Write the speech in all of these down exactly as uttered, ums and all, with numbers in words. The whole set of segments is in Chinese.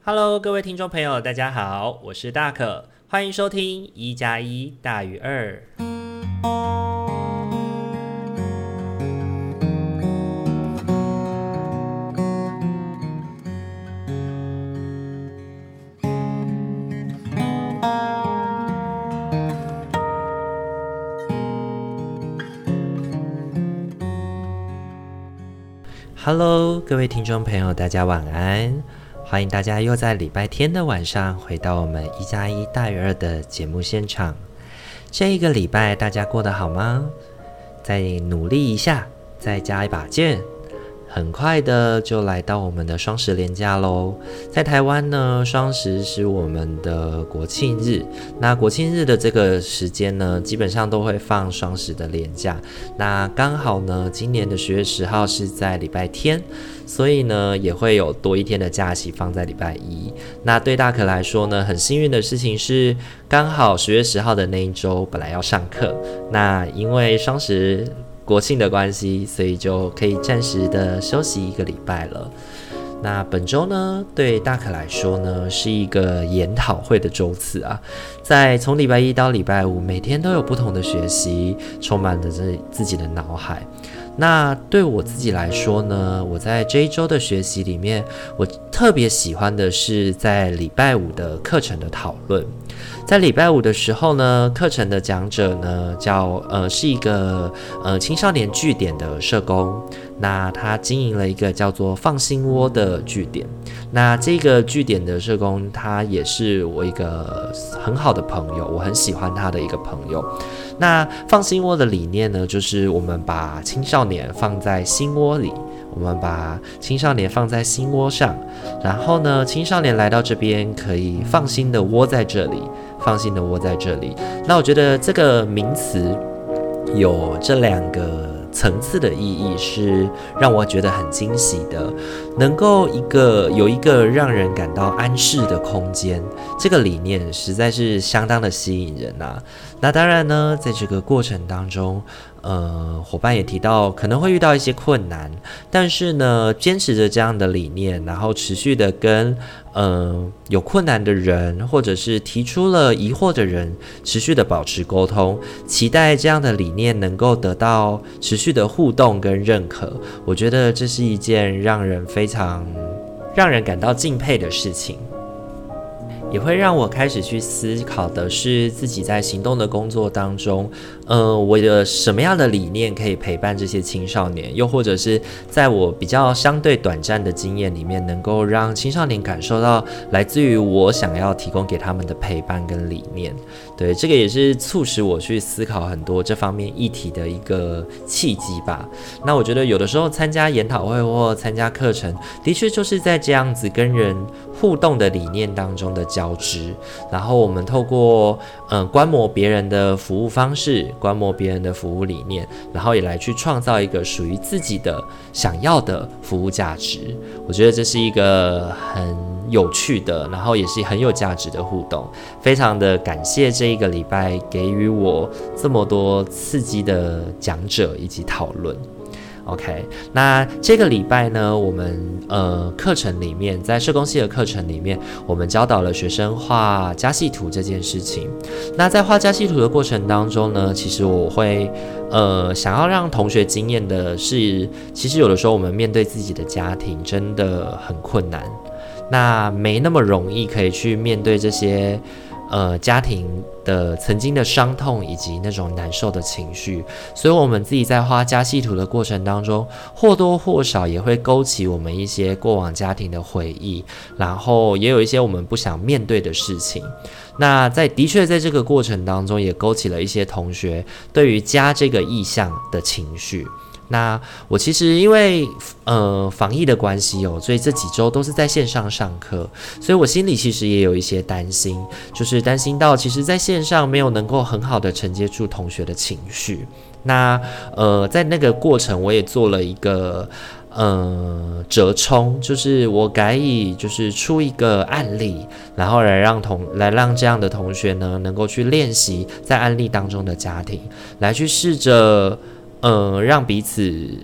Hello， 各位听众朋友，大家好，我是大可，欢迎收听一加一大于二。Hello， 各位听众朋友，大家晚安。欢迎大家又在礼拜天的晚上回到我们一加一大于二的节目现场。这一个礼拜大家过得好吗？再努力一下，再加一把劲，很快的就来到我们的双十连假咯。在台湾呢，双十是我们的国庆日，那国庆日的这个时间呢，基本上都会放双十的连假。那刚好呢，今年的十月十号是在礼拜天，所以呢也会有多一天的假期放在礼拜一。那对大可来说呢，很幸运的事情是，刚好十月十号的那一周本来要上课，那因为双十国庆的关系，所以就可以暂时的休息一个礼拜了。那本周呢，对大可来说呢，是一个研讨会的周次啊。在从礼拜一到礼拜五，每天都有不同的学习，充满着自己的脑海。那对我自己来说呢，我在这一周的学习里面，我特别喜欢的是在礼拜五的课程的讨论。在礼拜五的时候呢，课程的讲者呢叫呃是一个呃青少年据点的社工，那他经营了一个叫做放心窝的据点。那这个据点的社工，他也是我一个很好的朋友，我很喜欢他的一个朋友。那放心窝的理念呢，就是我们把青少年放在心窝里，我们把青少年放在心窝上，然后呢，青少年来到这边可以放心的窝在这里，放心的窝在这里。那我觉得这个名词有这两个层次的意义，是让我觉得很惊喜的，能够一个有一个让人感到安适的空间，这个理念实在是相当的吸引人啊。那当然呢，在这个过程当中，呃，伙伴也提到可能会遇到一些困难，但是呢，坚持着这样的理念，然后持续的跟呃有困难的人，或者是提出了疑惑的人，持续的保持沟通，期待这样的理念能够得到持续的互动跟认可。我觉得这是一件让人非常让人感到敬佩的事情。也会让我开始去思考的是，自己在行动的工作当中，呃，我的什么样的理念可以陪伴这些青少年，又或者是在我比较相对短暂的经验里面，能够让青少年感受到来自于我想要提供给他们的陪伴跟理念。对，这个也是促使我去思考很多这方面议题的一个契机吧。那我觉得有的时候参加研讨会或参加课程，的确就是在这样子跟人互动的理念当中的交织，然后我们透过嗯观摩别人的服务方式，观摩别人的服务理念，然后也来去创造一个属于自己的想要的服务价值。我觉得这是一个很有趣的，然后也是很有价值的互动。非常的感谢这一个礼拜给予我这么多刺激的讲者以及讨论。OK， 那这个礼拜呢，我们呃课程里面，在社工系的课程里面，我们教导了学生画家系图这件事情。那在画家系图的过程当中呢，其实我会呃想要让同学经验的是，其实有的时候我们面对自己的家庭真的很困难，那没那么容易可以去面对这些呃，家庭的曾经的伤痛以及那种难受的情绪，所以我们自己在画家系图的过程当中，或多或少也会勾起我们一些过往家庭的回忆，然后也有一些我们不想面对的事情。那在的确在这个过程当中，也勾起了一些同学对于家这个意象的情绪。那我其实因为呃防疫的关系哦，所以这几周都是在线上上课，所以我心里其实也有一些担心，就是担心到其实在线上没有能够很好的承接住同学的情绪。那呃在那个过程我也做了一个呃折冲，就是我改以就是出一个案例，然后来让同来让这样的同学呢能够去练习在案例当中的家庭，来去试着呃让彼此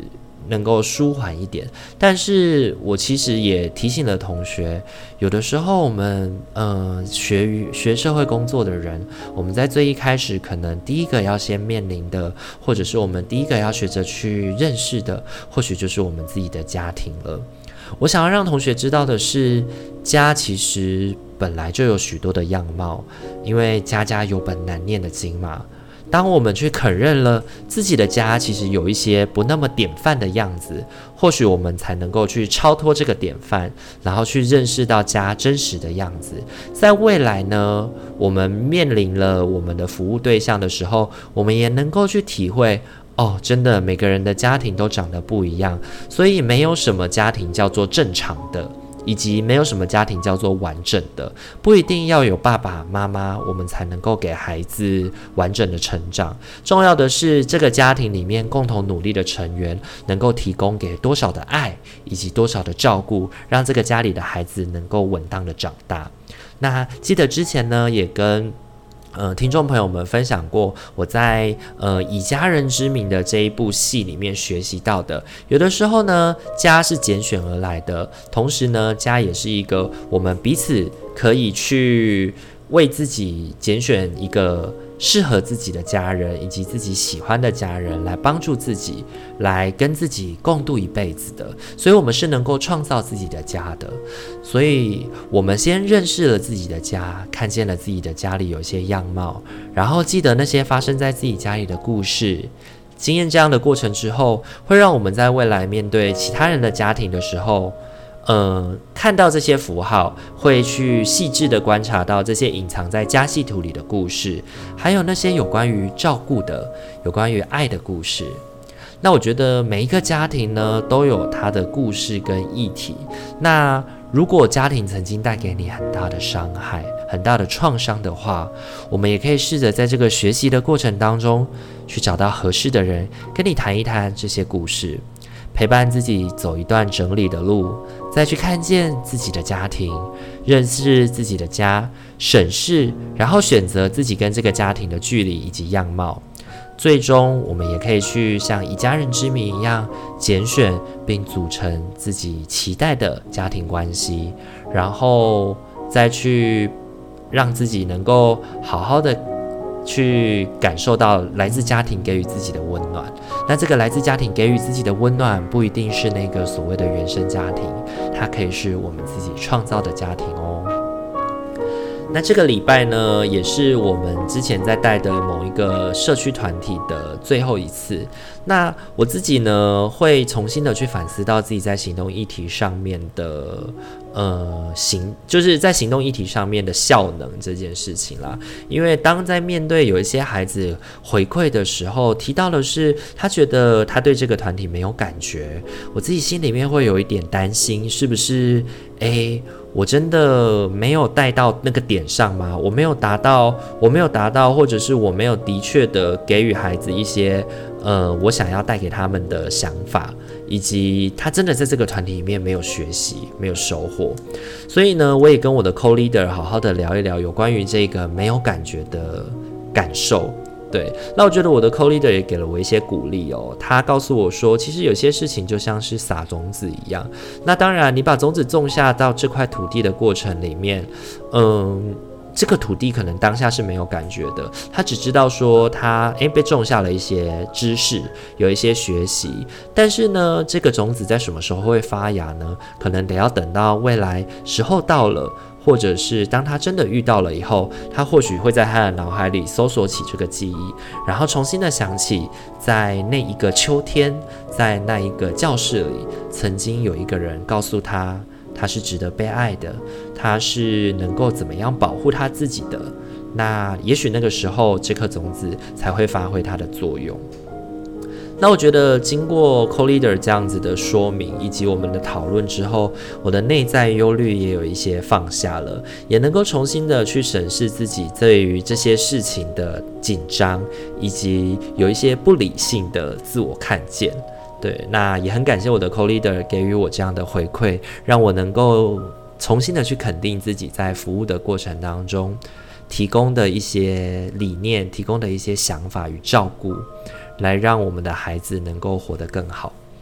能够舒缓一点。但是我其实也提醒了同学，有的时候我们呃学于学社会工作的人，我们在最一开始可能第一个要先面临的，或者是我们第一个要学着去认识的，或许就是我们自己的家庭了。我想要让同学知道的是，家其实本来就有许多的样貌，因为家家有本难念的经嘛。当我们去肯认了自己的家其实有一些不那么典范的样子，或许我们才能够去超脱这个典范，然后去认识到家真实的样子。在未来呢，我们面临了我们的服务对象的时候，我们也能够去体会，哦，真的每个人的家庭都长得不一样，所以没有什么家庭叫做正常的，以及没有什么家庭叫做完整的，不一定要有爸爸妈妈，我们才能够给孩子完整的成长。重要的是，这个家庭里面共同努力的成员能够提供给多少的爱，以及多少的照顾，让这个家里的孩子能够稳当的长大。那记得之前呢，也跟呃，听众朋友们分享过，我在呃以家人之名的这一部戏里面学习到的，有的时候呢，家是拣选而来的，同时呢，家也是一个我们彼此可以去为自己拣选一个适合自己的家人，以及自己喜欢的家人，来帮助自己，来跟自己共度一辈子的。所以我们是能够创造自己的家的。所以我们先认识了自己的家，看见了自己的家里有些样貌，然后记得那些发生在自己家里的故事。经验这样的过程之后，会让我们在未来面对其他人的家庭的时候，呃，看到这些符号，会去细致的观察到这些隐藏在家系图里的故事，还有那些有关于照顾的、有关于爱的故事。那我觉得每一个家庭呢，都有它的故事跟议题。那如果家庭曾经带给你很大的伤害、很大的创伤的话，我们也可以试着在这个学习的过程当中，去找到合适的人，跟你谈一谈这些故事。陪伴自己走一段整理的路，再去看见自己的家庭，认识自己的家，审视，然后选择自己跟这个家庭的距离以及样貌。最终我们也可以去像以家人之名一样，拣选并组成自己期待的家庭关系，然后再去让自己能够好好的去感受到来自家庭给予自己的温暖。那这个来自家庭给予自己的温暖，不一定是那个所谓的原生家庭，它可以是我们自己创造的家庭哦。那这个礼拜呢，也是我们之前在带的某一个社区团体的最后一次。那我自己呢，会重新的去反思到自己在行动议题上面的呃行，就是在行动议题上面的效能这件事情啦。因为当在面对有一些孩子回馈的时候，提到的是他觉得他对这个团体没有感觉，我自己心里面会有一点担心，是不是诶我真的没有带到那个点上吗？我没有达到，我没有达到，或者是我没有的确的给予孩子一些呃我想要带给他们的想法，以及他真的在这个团体里面没有学习，没有收获。所以呢，我也跟我的 co-leader 好好的聊一聊有关于这个没有感觉的感受。对，那我觉得我的 co-leader 也给了我一些鼓励哦。他告诉我说，其实有些事情就像是撒种子一样。那当然，你把种子种下到这块土地的过程里面，嗯，这个土地可能当下是没有感觉的，他只知道说他诶被种下了一些知识，有一些学习。但是呢，这个种子在什么时候会发芽呢？可能得要等到未来时候到了。或者是当他真的遇到了以后，他或许会在他的脑海里搜索起这个记忆，然后重新的想起在那一个秋天，在那一个教室里，曾经有一个人告诉他，他是值得被爱的，他是能够怎么样保护他自己的。那也许那个时候，这颗种子才会发挥它的作用。那我觉得经过 co-leader 这样子的说明以及我们的讨论之后，我的内在忧虑也有一些放下了，也能够重新的去审视自己对于这些事情的紧张，以及有一些不理性的自我看见。对，那也很感谢我的 co-leader 给予我这样的回馈，让我能够重新的去肯定自己在服务的过程当中提供的一些理念，提供的一些想法与照顾，来让我们的孩子能够活得更好。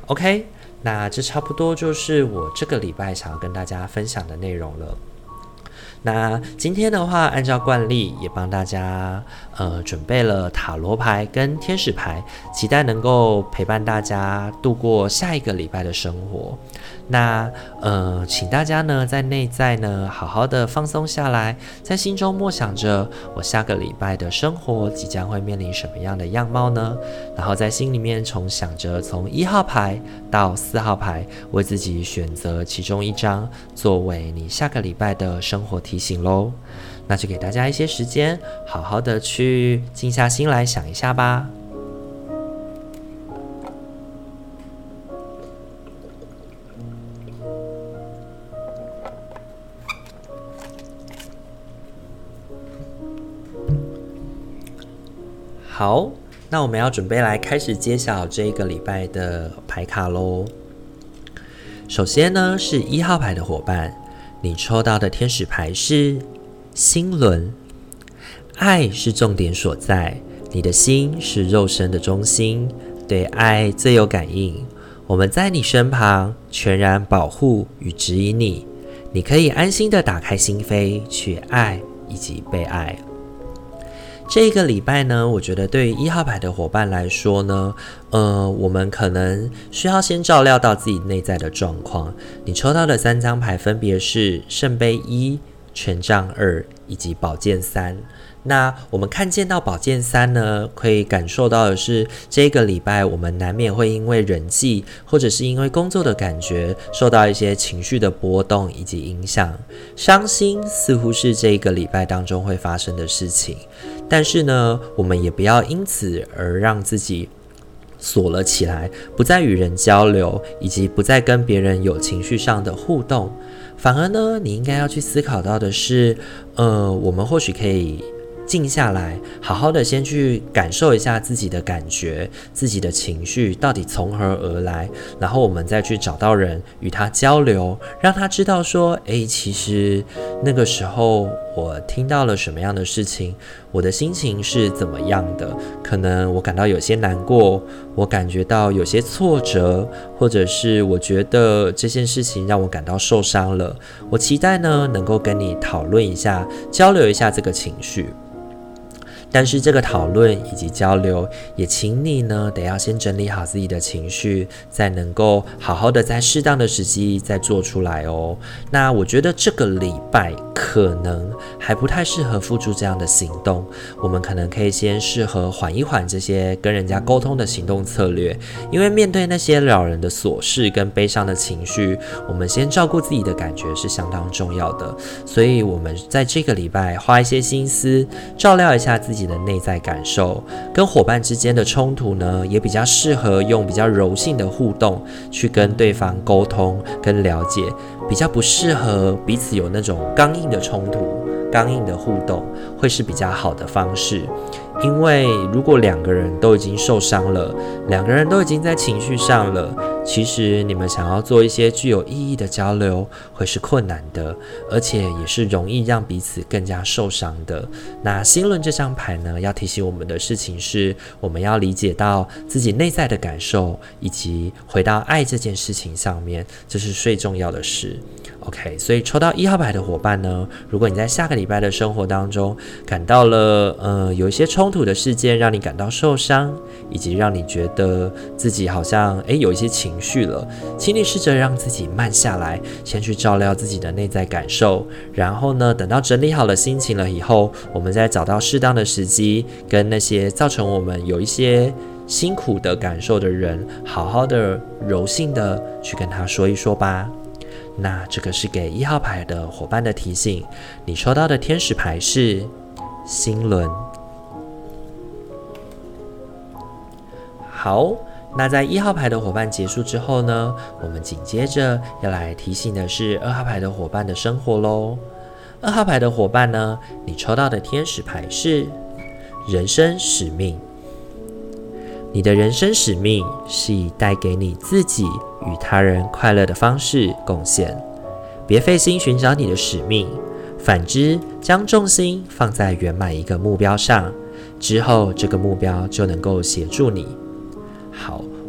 OK， 那这差不多就是我这个礼拜想要跟大家分享的内容了。那今天的话，按照惯例也帮大家呃准备了塔罗牌跟天使牌，期待能够陪伴大家度过下一个礼拜的生活。那呃，请大家呢在内在呢好好的放松下来，在心中默想着我下个礼拜的生活即将会面临什么样的样貌呢？然后在心里面从想着从一号牌到四号牌，为自己选择其中一张作为你下个礼拜的生活提醒咯。那就给大家一些时间，好好的去静下心来想一下吧。好，那我们要准备来开始揭晓这一个礼拜的牌卡咯。首先呢，是一号牌的伙伴，你抽到的天使牌是心轮。爱是重点所在，你的心是肉身的中心，对爱最有感应。我们在你身旁，全然保护与指引你，你可以安心的打开心扉，去爱以及被爱。这个礼拜呢，我觉得对于一号牌的伙伴来说呢，呃，我们可能需要先照料到自己内在的状况。你抽到的三张牌分别是圣杯一、权杖二以及宝剑三。那我们看见到宝剑三呢，可以感受到的是，这个礼拜我们难免会因为人际或者是因为工作的感觉，受到一些情绪的波动以及影响。伤心似乎是这个礼拜当中会发生的事情，但是呢，我们也不要因此而让自己锁了起来，不再与人交流，以及不再跟别人有情绪上的互动。反而呢，你应该要去思考到的是，呃，我们或许可以静下来，好好的先去感受一下自己的感觉，自己的情绪到底从何而来，然后我们再去找到人与他交流，让他知道说，诶，其实那个时候我听到了什么样的事情，我的心情是怎么样的，可能我感到有些难过，我感觉到有些挫折，或者是我觉得这件事情让我感到受伤了，我期待呢能够跟你讨论一下，交流一下这个情绪。但是这个讨论以及交流，也请你呢得要先整理好自己的情绪，再能够好好的在适当的时机再做出来哦。那我觉得这个礼拜可能还不太适合付诸这样的行动，我们可能可以先适合缓一缓这些跟人家沟通的行动策略，因为面对那些扰人的琐事跟悲伤的情绪，我们先照顾自己的感觉是相当重要的。所以我们在这个礼拜花一些心思，照料一下自己的内在感受。跟伙伴之间的冲突呢，也比较适合用比较柔性的互动去跟对方沟通跟了解，比较不适合彼此有那种刚硬的冲突、刚硬的互动，会是比较好的方式。因为如果两个人都已经受伤了，两个人都已经在情绪上了，其实你们想要做一些具有意义的交流会是困难的，而且也是容易让彼此更加受伤的。那心轮这张牌呢，要提醒我们的事情是，我们要理解到自己内在的感受，以及回到爱这件事情上面，这是最重要的事。OK， 所以抽到一号牌的伙伴呢，如果你在下个礼拜的生活当中感到了呃有一些冲突的事件，让你感到受伤，以及让你觉得自己好像诶有一些情绪了，请你试着让自己慢下来，先去照料自己的内在感受，然后呢，等到整理好了心情了以后，我们再找到适当的时机，跟那些造成我们有一些辛苦的感受的人，好好的柔性的去跟他说一说吧。那这个是给一号牌的伙伴的提醒，你抽到的天使牌是心轮。好，那在一号牌的伙伴结束之后呢，我们紧接着要来提醒的是二号牌的伙伴的生活咯。二号牌的伙伴呢，你抽到的天使牌是人生使命。你的人生使命是以带给你自己与他人快乐的方式贡献，别费心寻找你的使命，反之，将重心放在圆满一个目标上，之后这个目标就能够协助你。好，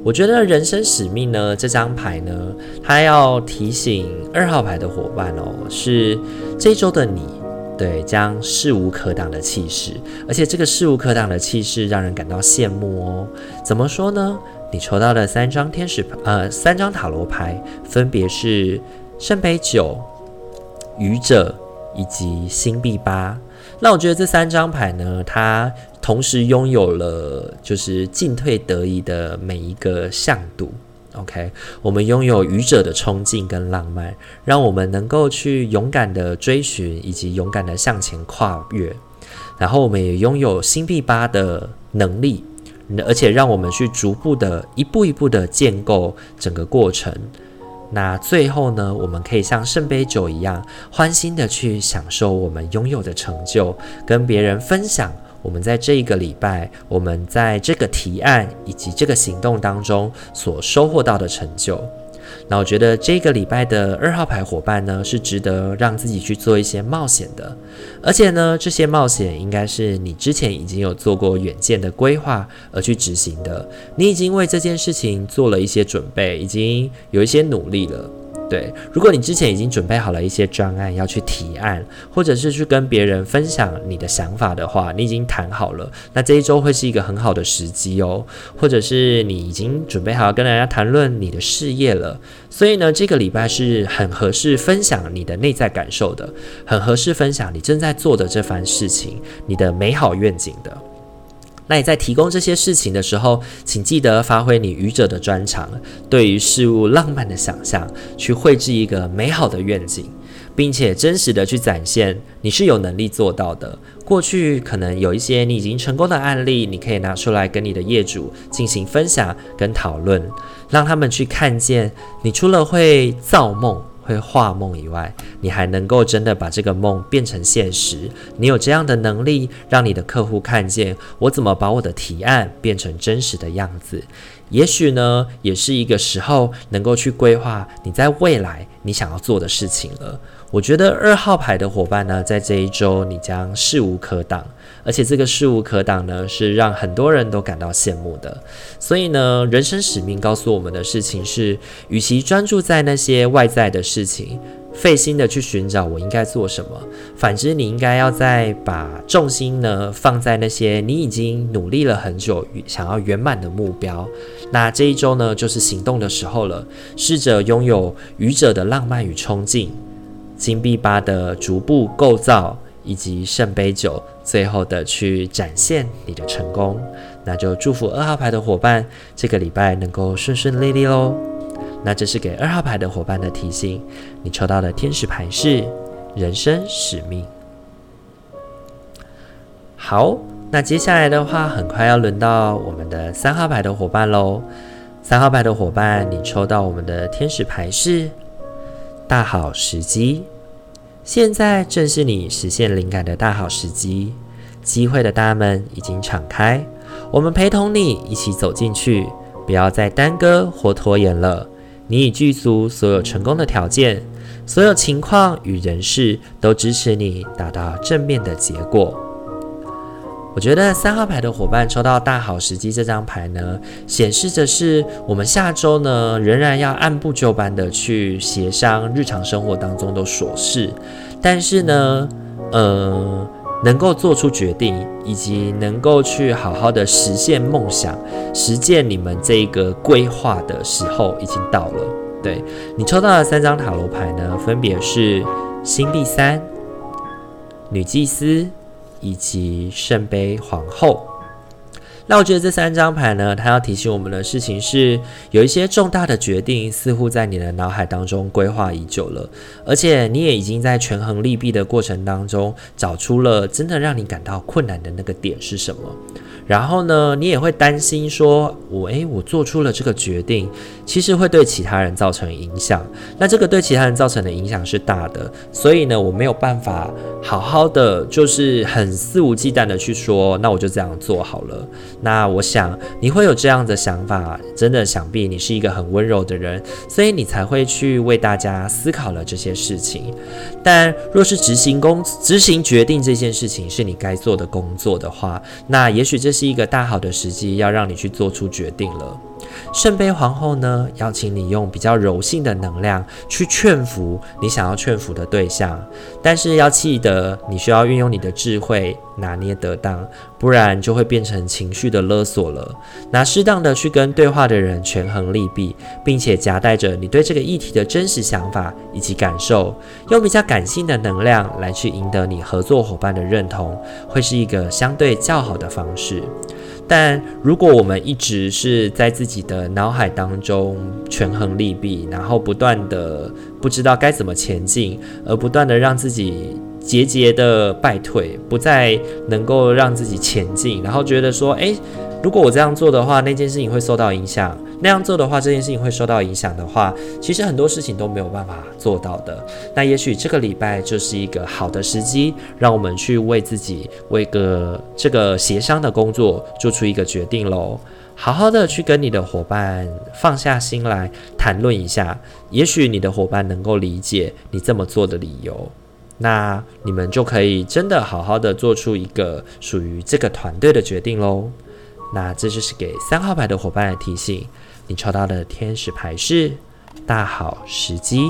我觉得人生使命呢，这张牌呢，它要提醒二号牌的伙伴哦，是这周的你，对，将势无可挡的气势，而且这个势无可挡的气势让人感到羡慕哦。怎么说呢？你抽到的三张天使，呃，三张塔罗牌，分别是圣杯九、愚者以及星币八。那我觉得这三张牌呢，它同时拥有了就是进退得宜的每一个向度。OK， 我们拥有愚者的冲劲跟浪漫，让我们能够去勇敢的追寻，以及勇敢的向前跨越。然后我们也拥有星币八的能力，而且让我们去逐步的一步一步的建构整个过程。那最后呢，我们可以像圣杯九一样，欢欣的去享受我们拥有的成就，跟别人分享我们在这一个礼拜，我们在这个提案以及这个行动当中所收获到的成就。那我觉得这个礼拜的二号牌伙伴呢，是值得让自己去做一些冒险的，而且呢，这些冒险应该是你之前已经有做过远见的规划而去执行的，你已经为这件事情做了一些准备，已经有一些努力了。对，如果你之前已经准备好了一些专案要去提案，或者是去跟别人分享你的想法的话，你已经谈好了，那这一周会是一个很好的时机哦。或者是你已经准备好要跟人家谈论你的事业了，所以呢，这个礼拜是很合适分享你的内在感受的，很合适分享你正在做的这番事情，你的美好愿景的。那你在提供这些事情的时候，请记得发挥你愚者的专长，对于事物浪漫的想象，去绘制一个美好的愿景，并且真实的去展现你是有能力做到的。过去可能有一些你已经成功的案例，你可以拿出来跟你的业主进行分享跟讨论，让他们去看见你除了会造梦会画梦以外，你还能够真的把这个梦变成现实。你有这样的能力，让你的客户看见我怎么把我的提案变成真实的样子。也许呢，也是一个时候能够去规划你在未来你想要做的事情了。我觉得二号牌的伙伴呢，在这一周你将势无可挡，而且这个势无可挡呢，是让很多人都感到羡慕的。所以呢，人生使命告诉我们的事情是，与其专注在那些外在的事情，费心的去寻找我应该做什么，反之你应该要再把重心呢放在那些你已经努力了很久想要圆满的目标。那这一周呢，就是行动的时候了，试着拥有愚者的浪漫与冲劲，金币八的逐步构造，以及圣杯九最后的去展现你的成功。那就祝福二号牌的伙伴这个礼拜能够顺顺利利咯。那这是给二号牌的伙伴的提醒，你抽到的天使牌是人生使命。好，那接下来的话，很快要轮到我们的三号牌的伙伴咯。三号牌的伙伴，你抽到我们的天使牌是大好时机。现在正是你实现灵感的大好时机，机会的大门已经敞开，我们陪同你一起走进去，不要再耽搁或拖延了。你已具足所有成功的条件，所有情况与人事都支持你达到正面的结果。我觉得三号牌的伙伴抽到大好时机这张牌呢，显示着是我们下周呢仍然要按部就班的去协商日常生活当中的琐事，但是呢，呃，能够做出决定，以及能够去好好的实现梦想，实践你们这个规划的时候已经到了。对，你抽到的三张塔罗牌呢，分别是星币三、女祭司以及圣杯皇后。那我觉得这三张牌呢，它要提醒我们的事情是，有一些重大的决定似乎在你的脑海当中规划已久了，而且你也已经在权衡利弊的过程当中找出了真的让你感到困难的那个点是什么。然后呢，你也会担心说，我诶，我做出了这个决定，其实会对其他人造成影响。那这个对其他人造成的影响是大的，所以呢，我没有办法好好的，就是很肆无忌惮的去说，那我就这样做好了。那我想你会有这样的想法，真的想必你是一个很温柔的人，所以你才会去为大家思考了这些事情。但若是执行工执行决定这件事情是你该做的工作的话，那也许这是一个大好的时机，要让你去做出决定了。 圣杯皇后呢，邀请你用比较柔性的能量去劝服你想要劝服的对象，但是要记得，你需要运用你的智慧拿捏得当，不然就会变成情绪的勒索了。拿适当的去跟对话的人权衡利弊，并且夹带着你对这个议题的真实想法以及感受，用比较感性的能量来去赢得你合作伙伴的认同，会是一个相对较好的方式。但如果我们一直是在自己的脑海当中权衡利弊，然后不断的不知道该怎么前进，而不断的让自己节节的败退，不再能够让自己前进，然后觉得说，诶，如果我这样做的话，那件事情会受到影响，那样做的话，这件事情会受到影响的话，其实很多事情都没有办法做到的。那也许这个礼拜就是一个好的时机，让我们去为自己为个这个协商的工作做出一个决定咯。好好的去跟你的伙伴放下心来谈论一下，也许你的伙伴能够理解你这么做的理由，那你们就可以真的好好的做出一个属于这个团队的决定咯。那这就是给三号牌的伙伴的提醒，你抽到的天使牌是大好时机。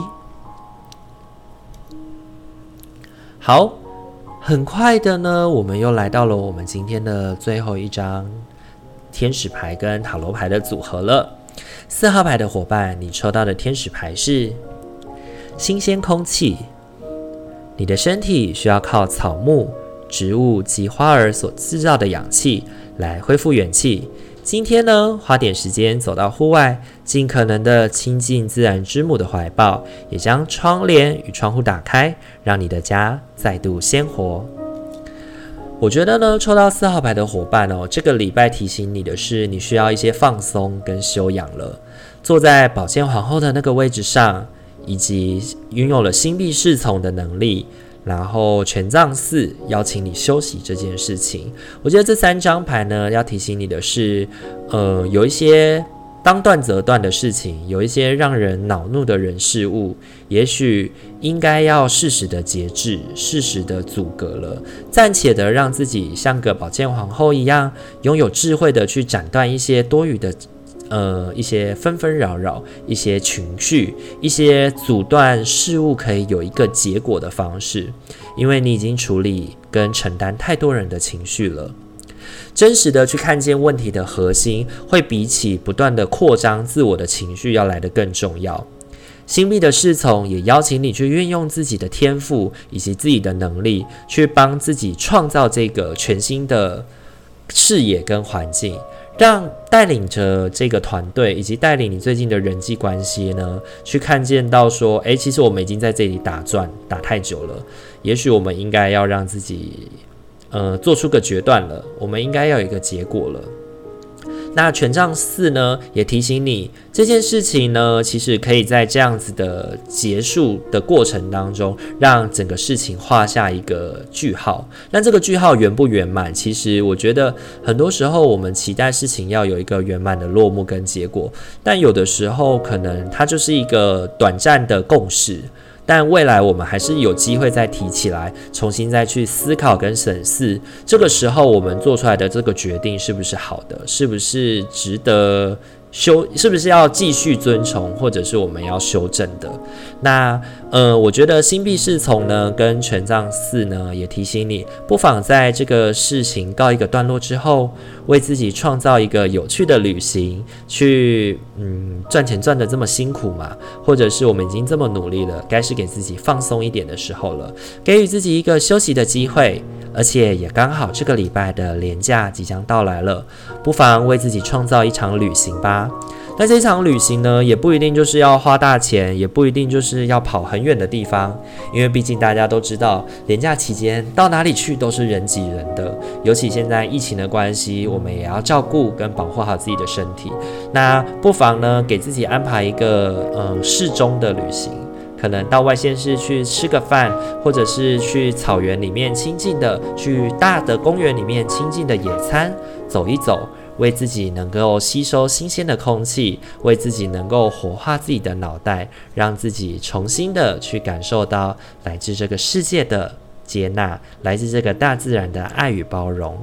好，很快的呢，我们又来到了我们今天的最后一张天使牌跟塔罗牌的组合了。四号牌的伙伴，你抽到的天使牌是新鲜空气。你的身体需要靠草木、植物及花儿所制造的氧气来恢复元气。今天呢，花点时间走到户外，尽可能的亲近自然之母的怀抱，也将窗帘与窗户打开，让你的家再度鲜活。我觉得呢，抽到四号牌的伙伴哦，这个礼拜提醒你的是，你需要一些放松跟休养了。坐在宝剑皇后的那个位置上，以及拥有了心必侍从的能力，然后权杖四邀请你休息这件事情。我觉得这三张牌呢，要提醒你的是，呃，有一些当断则断的事情，有一些让人恼怒的人事物，也许应该要适时的节制，适时的阻隔了，暂且的让自己像个宝剑皇后一样，拥有智慧的去斩断一些多余的呃，一些纷纷扰扰，一些情绪，一些阻断事物可以有一个结果的方式，因为你已经处理跟承担太多人的情绪了。真实的去看见问题的核心，会比起不断的扩张自我的情绪要来得更重要。新币的侍从也邀请你去运用自己的天赋以及自己的能力，去帮自己创造这个全新的视野跟环境，让带领着这个团队以及带领你最近的人际关系呢，去看见到说，诶，其实我们已经在这里打转打太久了，也许我们应该要让自己呃做出个决断了，我们应该要有一个结果了。那权杖四呢，也提醒你这件事情呢，其实可以在这样子的结束的过程当中，让整个事情画下一个句号。那这个句号圆不圆满，其实我觉得很多时候我们期待事情要有一个圆满的落幕跟结果，但有的时候可能它就是一个短暂的共识。但未来我们还是有机会再提起来，重新再去思考跟审视，这个时候我们做出来的这个决定是不是好的，是不是值得修，是不是要继续遵从，或者是我们要修正的。那呃，我觉得新币侍从呢跟权杖四呢，也提醒你，不妨在这个事情告一个段落之后，为自己创造一个有趣的旅行，去嗯赚钱赚得这么辛苦嘛，或者是我们已经这么努力了，该是给自己放松一点的时候了，给予自己一个休息的机会。而且也刚好这个礼拜的连假即将到来了，不妨为自己创造一场旅行吧。那这场旅行呢，也不一定就是要花大钱，也不一定就是要跑很远的地方，因为毕竟大家都知道，连假期间到哪里去都是人挤人的，尤其现在疫情的关系，我们也要照顾跟保护好自己的身体。那不妨呢，给自己安排一个呃适中的旅行。可能到外县市去吃个饭，或者是去草原里面亲近的，去大的公园里面亲近的野餐，走一走，为自己能够吸收新鲜的空气，为自己能够活化自己的脑袋，让自己重新的去感受到来自这个世界的接纳，来自这个大自然的爱与包容。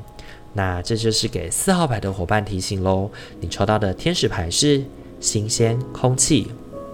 那这就是给四号牌的伙伴提醒咯，你抽到的天使牌是新鲜空气。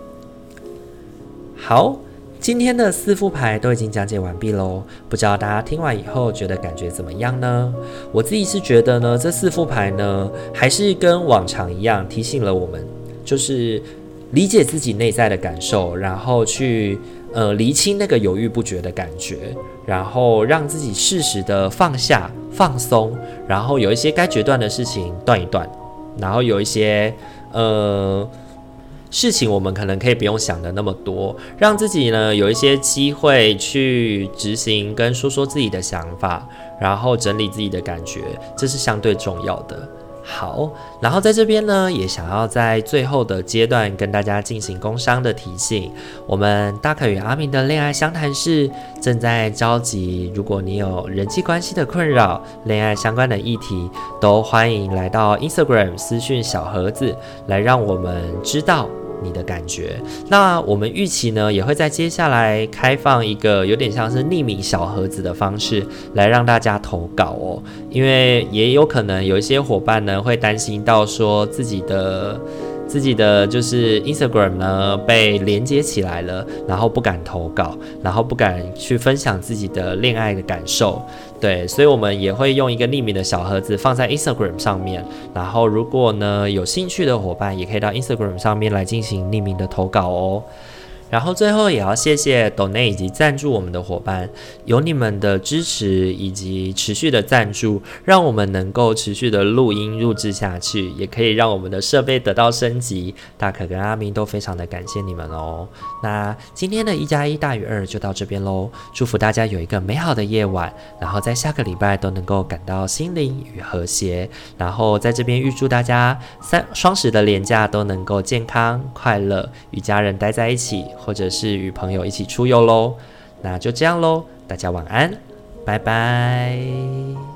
好，今天的四副牌都已经讲解完毕咯，不知道大家听完以后觉得感觉怎么样呢？我自己是觉得呢，这四副牌呢还是跟往常一样，提醒了我们就是理解自己内在的感受，然后去呃厘清那个犹豫不决的感觉，然后让自己适时的放下放松，然后有一些该决断的事情断一断，然后有一些呃事情我们可能可以不用想的那么多，让自己呢有一些机会去执行跟说说自己的想法，然后整理自己的感觉，这是相对重要的。好，然后在这边呢，也想要在最后的阶段跟大家进行工商的提醒。我们大可与阿明的恋爱相谈室正在召集，如果你有人际关系的困扰、恋爱相关的议题，都欢迎来到 Instagram 私讯小盒子，来让我们知道你的感觉。那我们预期呢，也会在接下来开放一个有点像是匿名小盒子的方式，来让大家投稿哦。因为也有可能有一些伙伴呢，会担心到说自己的自己的就是 Instagram 呢被连接起来了，然后不敢投稿，然后不敢去分享自己的恋爱的感受。对，所以我们也会用一个匿名的小盒子放在 Instagram 上面，然后如果呢有兴趣的伙伴也可以到 Instagram 上面来进行匿名的投稿哦。然后最后也要谢谢抖内以及赞助我们的伙伴，有你们的支持以及持续的赞助，让我们能够持续的录音录制下去，也可以让我们的设备得到升级。大可跟阿明都非常的感谢你们哦。那今天的一加一大于二就到这边咯，祝福大家有一个美好的夜晚，然后在下个礼拜都能够感到心灵与和谐，然后在这边预祝大家三双十的连假都能够健康快乐，与家人待在一起，或者是与朋友一起出游咯。那就这样咯，大家晚安，拜拜。